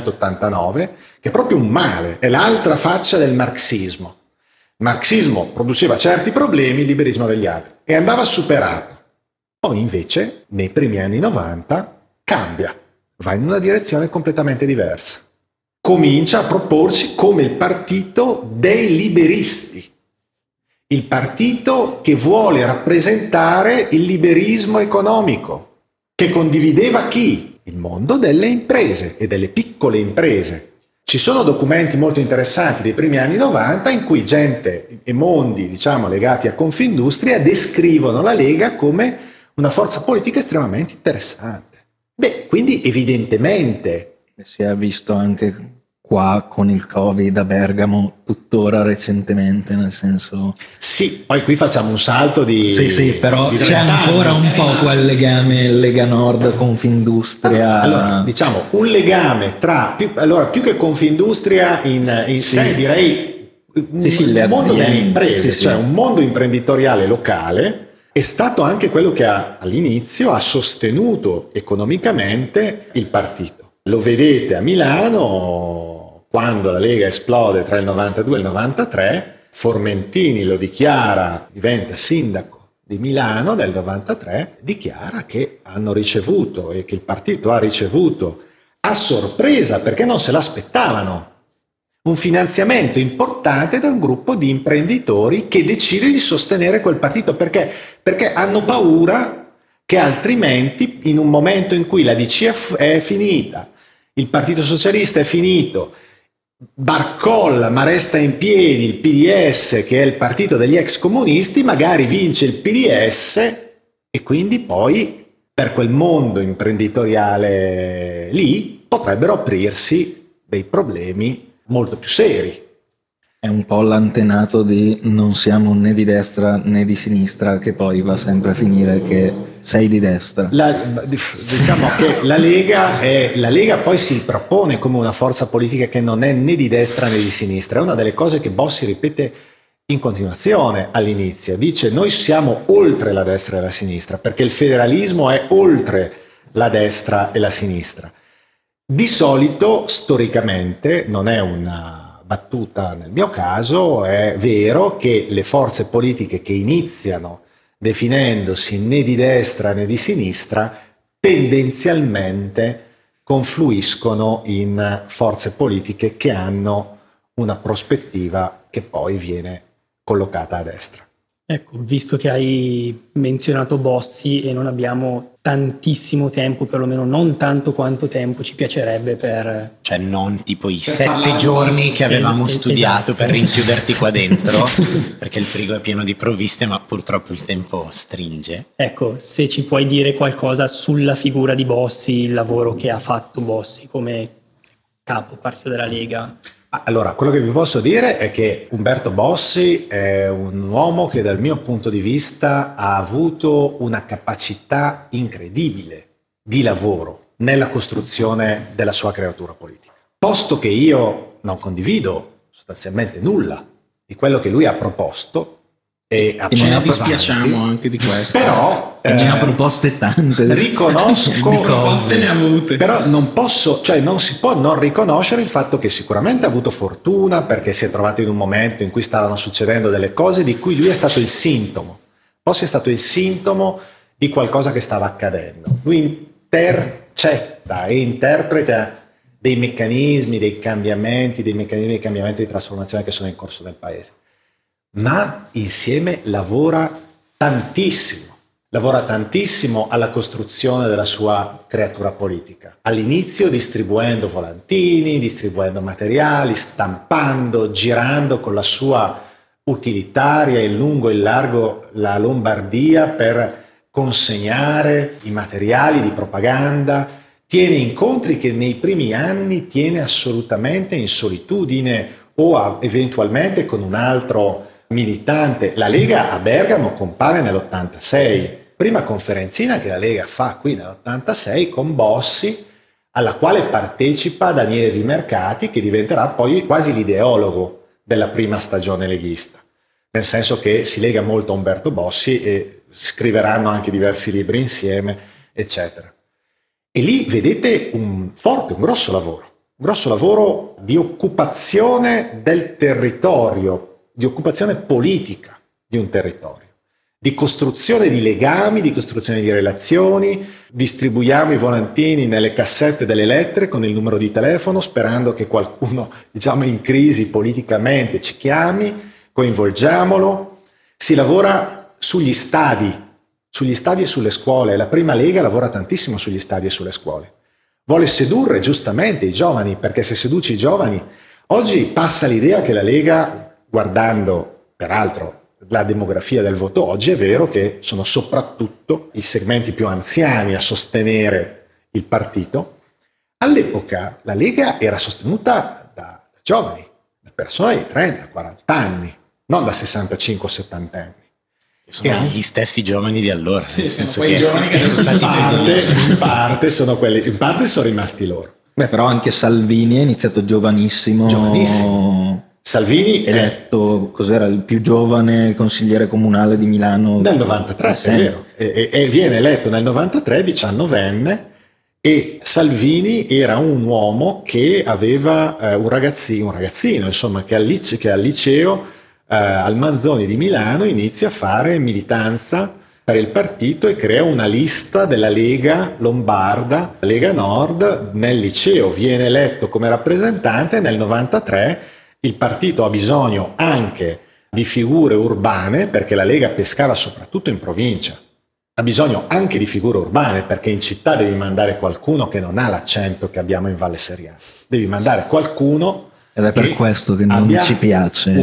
B: 1989, che è proprio un male, è l'altra faccia del marxismo. Il marxismo produceva certi problemi, il liberismo degli altri, e andava superato. Poi invece, nei primi anni 90, cambia, va in una direzione completamente diversa. Comincia a proporsi come il partito dei liberisti, il partito che vuole rappresentare il liberismo economico, che condivideva chi? Il mondo delle imprese e delle piccole imprese. Ci sono documenti molto interessanti dei primi anni 90 in cui gente e mondi, diciamo, legati a Confindustria descrivono la Lega come una forza politica estremamente interessante. Beh, quindi evidentemente
C: si è visto anche qua con il Covid a Bergamo, tuttora recentemente, nel senso...
B: Sì, poi qui facciamo un salto di...
C: Sì, però
B: di
C: c'è ancora un po' quel legame Lega Nord, Confindustria...
B: Allora, diciamo, un legame tra... più che Confindustria in sé, direi un mondo delle imprese, cioè un mondo imprenditoriale locale, è stato anche quello che all'inizio ha sostenuto economicamente il partito. Lo vedete a Milano... Quando la Lega esplode tra il 92 e il 93, Formentini lo dichiara, diventa sindaco di Milano nel 93, dichiara che hanno ricevuto e che il partito ha ricevuto a sorpresa, perché non se l'aspettavano, un finanziamento importante da un gruppo di imprenditori che decide di sostenere quel partito. Perché hanno paura che altrimenti, in un momento in cui la DC è finita, il Partito Socialista è finito, barcolla ma resta in piedi il PDS, che è il partito degli ex comunisti, magari vince il PDS e quindi poi per quel mondo imprenditoriale lì potrebbero aprirsi dei problemi molto più seri.
C: È un po' l'antenato di non siamo né di destra né di sinistra, che poi va sempre a finire che sei di destra.
B: Diciamo che la Lega poi si propone come una forza politica che non è né di destra né di sinistra. È una delle cose che Bossi ripete in continuazione all'inizio. Dice: noi siamo oltre la destra e la sinistra, perché il federalismo è oltre la destra e la sinistra. Di solito, storicamente, non è una battuta nel mio caso, è vero che le forze politiche che iniziano definendosi né di destra né di sinistra tendenzialmente confluiscono in forze politiche che hanno una prospettiva che poi viene collocata a destra.
A: Ecco, visto che hai menzionato Bossi e non abbiamo tantissimo tempo, perlomeno non tanto quanto tempo ci piacerebbe per...
E: Cioè non tipo i 7 giorni che avevamo studiato per rinchiuderti qua dentro, perché il frigo è pieno di provviste, ma purtroppo il tempo stringe.
A: Ecco, se ci puoi dire qualcosa sulla figura di Bossi, il lavoro che ha fatto Bossi come capo partito della Lega.
B: Allora, quello che vi posso dire è che Umberto Bossi è un uomo che dal mio punto di vista ha avuto una capacità incredibile di lavoro nella costruzione della sua creatura politica. Posto che io non condivido sostanzialmente nulla di quello che lui ha proposto e
D: ce ne dispiacciamo anche di questo.
B: Però
C: ne ha proposte tante.
B: Riconosco
D: proposte ne ha avute.
B: Però non si può non riconoscere il fatto che sicuramente ha avuto fortuna, perché si è trovato in un momento in cui stavano succedendo delle cose di cui lui è stato il sintomo. Poi è stato il sintomo di qualcosa che stava accadendo. Lui intercetta e interpreta dei meccanismi di cambiamento di trasformazione che sono in corso nel paese. Ma insieme lavora tantissimo alla costruzione della sua creatura politica. All'inizio distribuendo volantini, distribuendo materiali, stampando, girando con la sua utilitaria in lungo e in largo la Lombardia per consegnare i materiali di propaganda. Tiene incontri che nei primi anni tiene assolutamente in solitudine o eventualmente con un altro militante. La Lega a Bergamo compare nell'86, prima conferenzina che la Lega fa qui nell'86 con Bossi, alla quale partecipa Daniele Vimercati, che diventerà poi quasi l'ideologo della prima stagione leghista, nel senso che si lega molto a Umberto Bossi e scriveranno anche diversi libri insieme, eccetera. E lì vedete un grosso lavoro di occupazione del territorio, di occupazione politica di un territorio, di costruzione di legami, di costruzione di relazioni. Distribuiamo i volantini nelle cassette delle lettere con il numero di telefono, sperando che qualcuno, in crisi politicamente, ci chiami, coinvolgiamolo. Si lavora sugli stadi e sulle scuole. La prima Lega lavora tantissimo sugli stadi e sulle scuole. Vuole sedurre giustamente i giovani, perché se seduci i giovani, oggi passa l'idea che la Lega, guardando peraltro la demografia del voto oggi, è vero che sono soprattutto i segmenti più anziani a sostenere il partito. All'epoca la Lega era sostenuta da giovani, da persone di 30-40 anni, non da 65-70 anni.
E: Sono gli stessi giovani di allora, nel senso
D: quei giovani che
E: sono stati
B: in parte sono quelli, in parte sono rimasti loro.
C: Beh, però anche Salvini è iniziato giovanissimo.
B: Salvini
C: eletto, cos'era, il più giovane consigliere comunale di Milano
B: nel 93, è vero, e viene eletto nel 93, 19enne, e Salvini era un uomo che aveva un ragazzino, insomma, che al liceo al Manzoni di Milano inizia a fare militanza per il partito e crea una lista della Lega Lombarda, Lega Nord, nel liceo. Viene eletto come rappresentante. Nel 93 il partito ha bisogno anche di figure urbane, perché la Lega pescava soprattutto in provincia. Ha bisogno anche di figure urbane, perché in città devi mandare qualcuno che non ha l'accento che abbiamo in Valle Seriana. Devi mandare qualcuno.
C: Ed è per questo che non ci piace.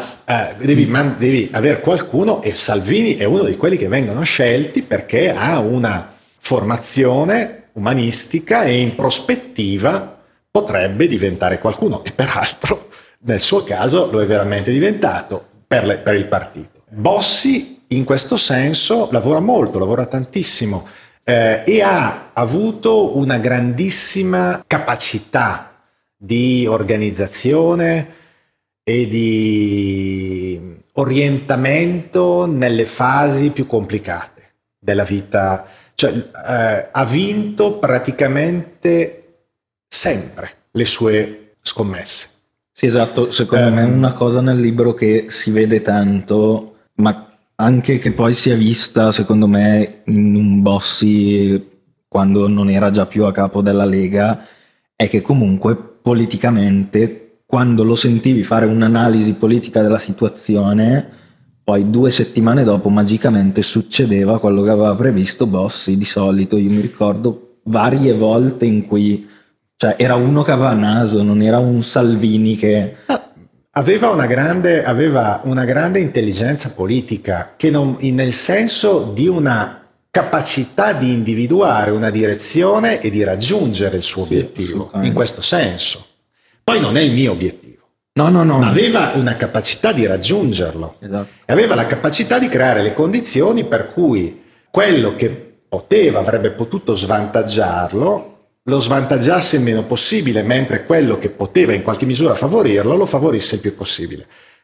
B: Devi avere qualcuno, e Salvini è uno di quelli che vengono scelti perché ha una formazione umanistica e in prospettiva potrebbe diventare qualcuno, e peraltro nel suo caso lo è veramente diventato per il partito. Bossi in questo senso lavora tantissimo e ha avuto una grandissima capacità di organizzazione e di orientamento nelle fasi più complicate della vita. Ha vinto praticamente sempre le sue scommesse.
C: Sì, esatto, secondo me è una cosa nel libro che si vede tanto, ma anche che poi si è vista, secondo me, in un Bossi quando non era già più a capo della Lega, è che comunque politicamente, quando lo sentivi fare un'analisi politica della situazione, poi 2 settimane dopo magicamente succedeva quello che aveva previsto Bossi di solito. Io mi ricordo varie volte in cui era uno che aveva naso, non era un Salvini che...
B: Aveva una grande intelligenza politica, che nel senso di una capacità di individuare una direzione e di raggiungere il suo obiettivo, in questo senso. Poi non è il mio obiettivo.
C: No.
B: Ma aveva una capacità di raggiungerlo.
C: Esatto.
B: E aveva la capacità di creare le condizioni per cui quello che avrebbe potuto svantaggiarlo, lo svantaggiasse il meno possibile, mentre quello che poteva in qualche misura favorirlo, lo favorisse il più possibile.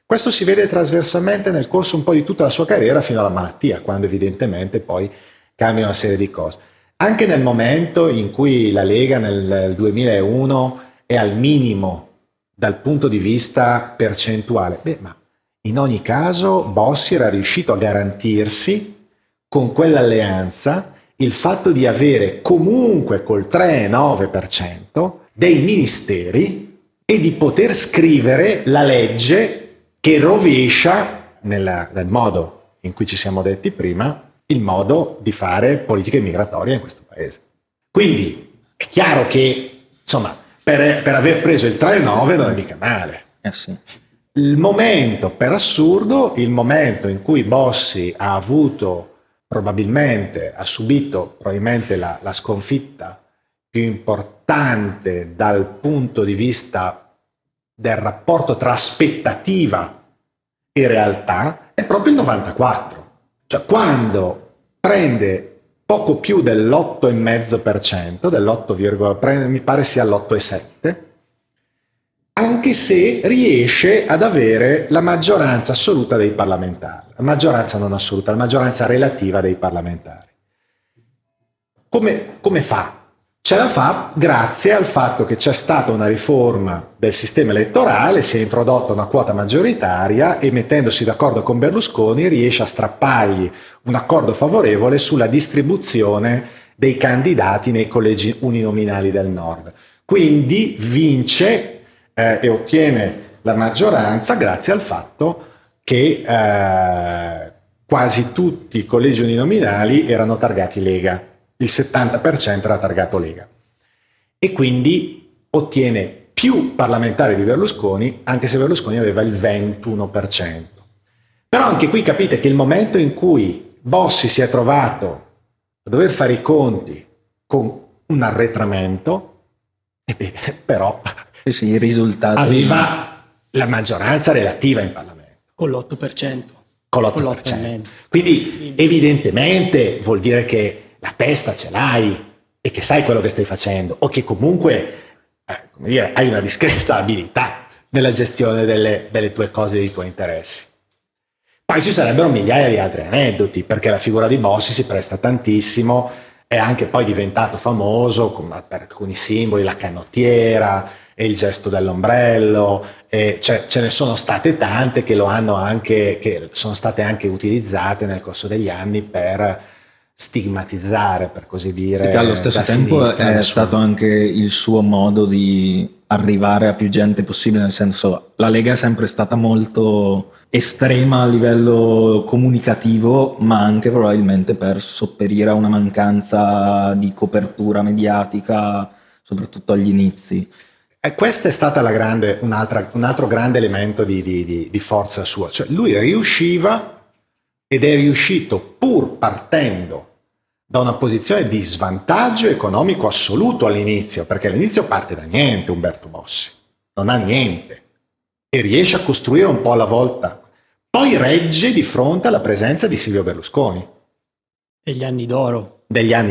B: Questo si vede trasversalmente nel corso un po' di tutta la sua carriera fino alla malattia, quando evidentemente poi cambia una serie di cose. Anche nel momento in cui la Lega nel 2001 è al minimo dal punto di vista percentuale, ma in ogni caso Bossi era riuscito a garantirsi con quell'alleanza il fatto di avere comunque col 3,9% dei ministeri e di poter scrivere la legge che rovescia, nel modo in cui ci siamo detti prima, il modo di fare politica migratoria in questo paese. Quindi è chiaro che, insomma, per aver preso il 3,9 non è mica male.
C: Sì.
B: Il momento, per assurdo, il momento in cui Bossi ha subito probabilmente la sconfitta più importante dal punto di vista del rapporto tra aspettativa e realtà, è proprio il 94. Cioè quando prende poco più dell'8,5%, mi pare sia l'8,7%, anche se riesce ad avere la maggioranza assoluta dei parlamentari, la maggioranza non assoluta, la maggioranza relativa dei parlamentari. Come fa? Ce la fa grazie al fatto che c'è stata una riforma del sistema elettorale, si è introdotta una quota maggioritaria e mettendosi d'accordo con Berlusconi riesce a strappargli un accordo favorevole sulla distribuzione dei candidati nei collegi uninominali del Nord. Quindi vince e ottiene la maggioranza grazie al fatto che quasi tutti i collegi uninominali erano targati Lega. Il 70% era targato Lega e quindi ottiene più parlamentari di Berlusconi, anche se Berlusconi aveva il 21%. Però anche qui capite che il momento in cui Bossi si è trovato a dover fare i conti con un arretramento, però
C: sì, i risultati
B: aveva la maggioranza relativa in Parlamento.
A: Con l'8%.
B: Con l'8%. Quindi evidentemente vuol dire che la testa ce l'hai e che sai quello che stai facendo, o che comunque come dire, hai una discreta abilità nella gestione delle tue cose e dei tuoi interessi. Poi ci sarebbero migliaia di altri aneddoti, perché la figura di Bossi si presta tantissimo, è anche poi diventato famoso per alcuni simboli, la canottiera e il gesto dell'ombrello, ce ne sono state tante che sono state anche utilizzate nel corso degli anni per stigmatizzare, per così dire.
C: Che allo stesso tempo è stato anche il suo modo di arrivare a più gente possibile, nel senso, la Lega è sempre stata molto estrema a livello comunicativo, ma anche probabilmente per sopperire a una mancanza di copertura mediatica, soprattutto agli inizi.
B: E questa è stata un altro grande elemento di forza sua, cioè lui riusciva ed è riuscito, pur partendo da una posizione di svantaggio economico assoluto all'inizio, perché all'inizio parte da niente Umberto Bossi, non ha niente e riesce a costruire un po' alla volta, poi regge di fronte alla presenza di Silvio Berlusconi.
A: Degli anni d'oro,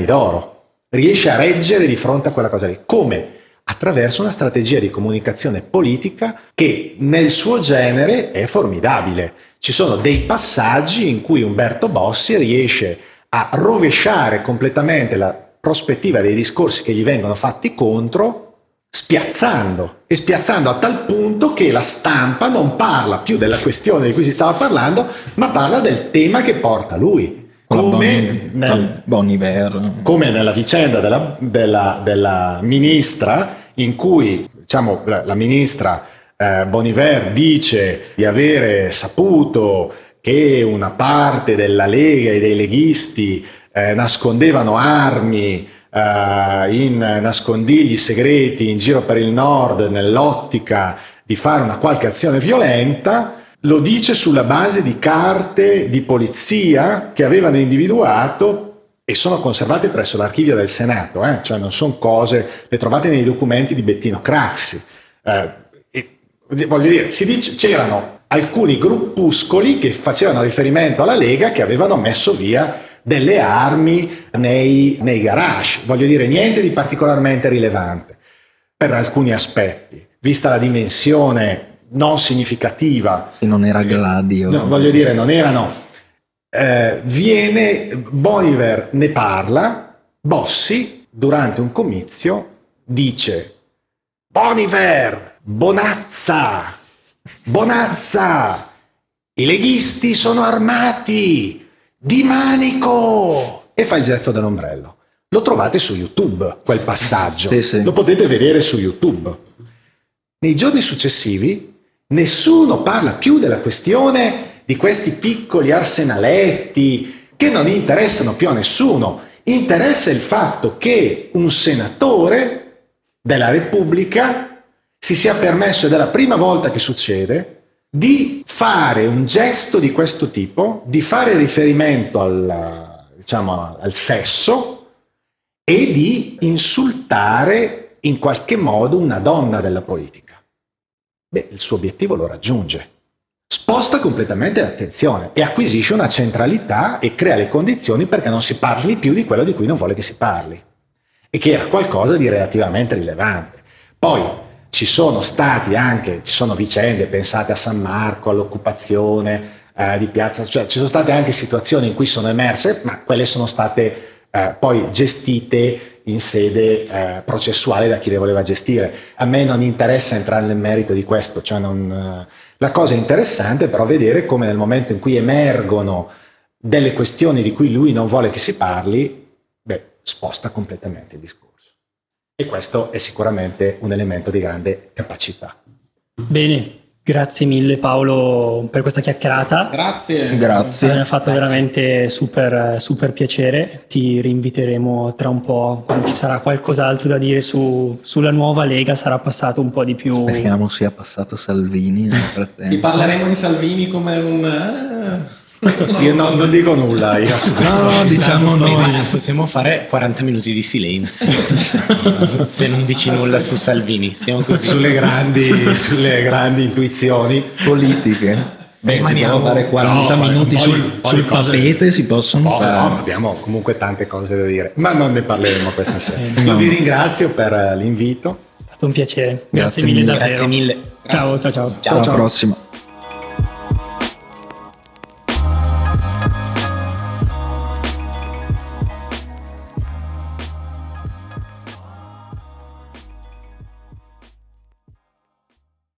B: riesce a reggere di fronte a quella cosa lì. Come? Attraverso una strategia di comunicazione politica che nel suo genere è formidabile. Ci sono dei passaggi in cui Umberto Bossi riesce a rovesciare completamente la prospettiva dei discorsi che gli vengono fatti contro, spiazzando a tal punto che la stampa non parla più della questione di cui si stava parlando, ma parla del tema che porta lui. Come nella vicenda della ministra, in cui diciamo la ministra Boniver dice di avere saputo che una parte della Lega e dei leghisti nascondevano armi in nascondigli segreti in giro per il nord nell'ottica di fare una qualche azione violenta. Lo dice sulla base di carte di polizia che avevano individuato e sono conservate presso l'archivio del Senato, cioè non sono cose, le trovate nei documenti di Bettino Craxi. Voglio dire, si dice c'erano alcuni gruppuscoli che facevano riferimento alla Lega che avevano messo via delle armi nei garage. Voglio dire, niente di particolarmente rilevante per alcuni aspetti, vista la dimensione non significativa.
C: Se non era Gladio.
B: No, voglio dire, non erano. Boniver ne parla, Bossi durante un comizio dice: Boniver, Bonazza, Bonazza, i leghisti sono armati, di manico, e fa il gesto dell'ombrello. Lo trovate su YouTube, quel passaggio,
C: sì.
B: Lo potete vedere su YouTube. Nei giorni successivi nessuno parla più della questione di questi piccoli arsenaletti che non interessano più a nessuno. Interessa il fatto che un senatore della Repubblica si sia permesso, ed è la prima volta che succede, di fare un gesto di questo tipo, di fare riferimento al sesso e di insultare in qualche modo una donna della politica. Beh, il suo obiettivo lo raggiunge. Sposta completamente l'attenzione e acquisisce una centralità e crea le condizioni perché non si parli più di quello di cui non vuole che si parli, e che era qualcosa di relativamente rilevante. Poi ci sono vicende, pensate a San Marco, all'occupazione di piazza, cioè ci sono state anche situazioni in cui sono emerse, ma quelle sono state poi gestite in sede processuale da chi le voleva gestire. A me non interessa entrare nel merito di questo, la cosa interessante è però vedere come nel momento in cui emergono delle questioni di cui lui non vuole che si parli, sposta completamente il discorso. E questo è sicuramente un elemento di grande capacità.
A: Bene, grazie mille Paolo per questa chiacchierata.
D: Grazie.
A: Mi ha fatto veramente super piacere. Ti rinviteremo tra un po', quando ci sarà qualcos'altro da dire sulla nuova Lega, sarà passato un po' di più.
C: Speriamo sia passato Salvini nel frattempo.
D: Ti parleremo di Salvini come un...
B: Io non dico nulla io su questo.
C: No, diciamo noi.
E: Possiamo fare 40 minuti di silenzio se non dici nulla su Salvini. Stiamo così.
B: Sulle grandi intuizioni
C: politiche. Si può fare 40 minuti sul tappeto, si possono fare.
B: No, abbiamo comunque tante cose da dire, ma non ne parleremo questa sera. Io vi ringrazio per l'invito.
A: È stato un piacere. Grazie mille davvero.
E: Grazie mille.
A: Ciao.
C: Alla prossima.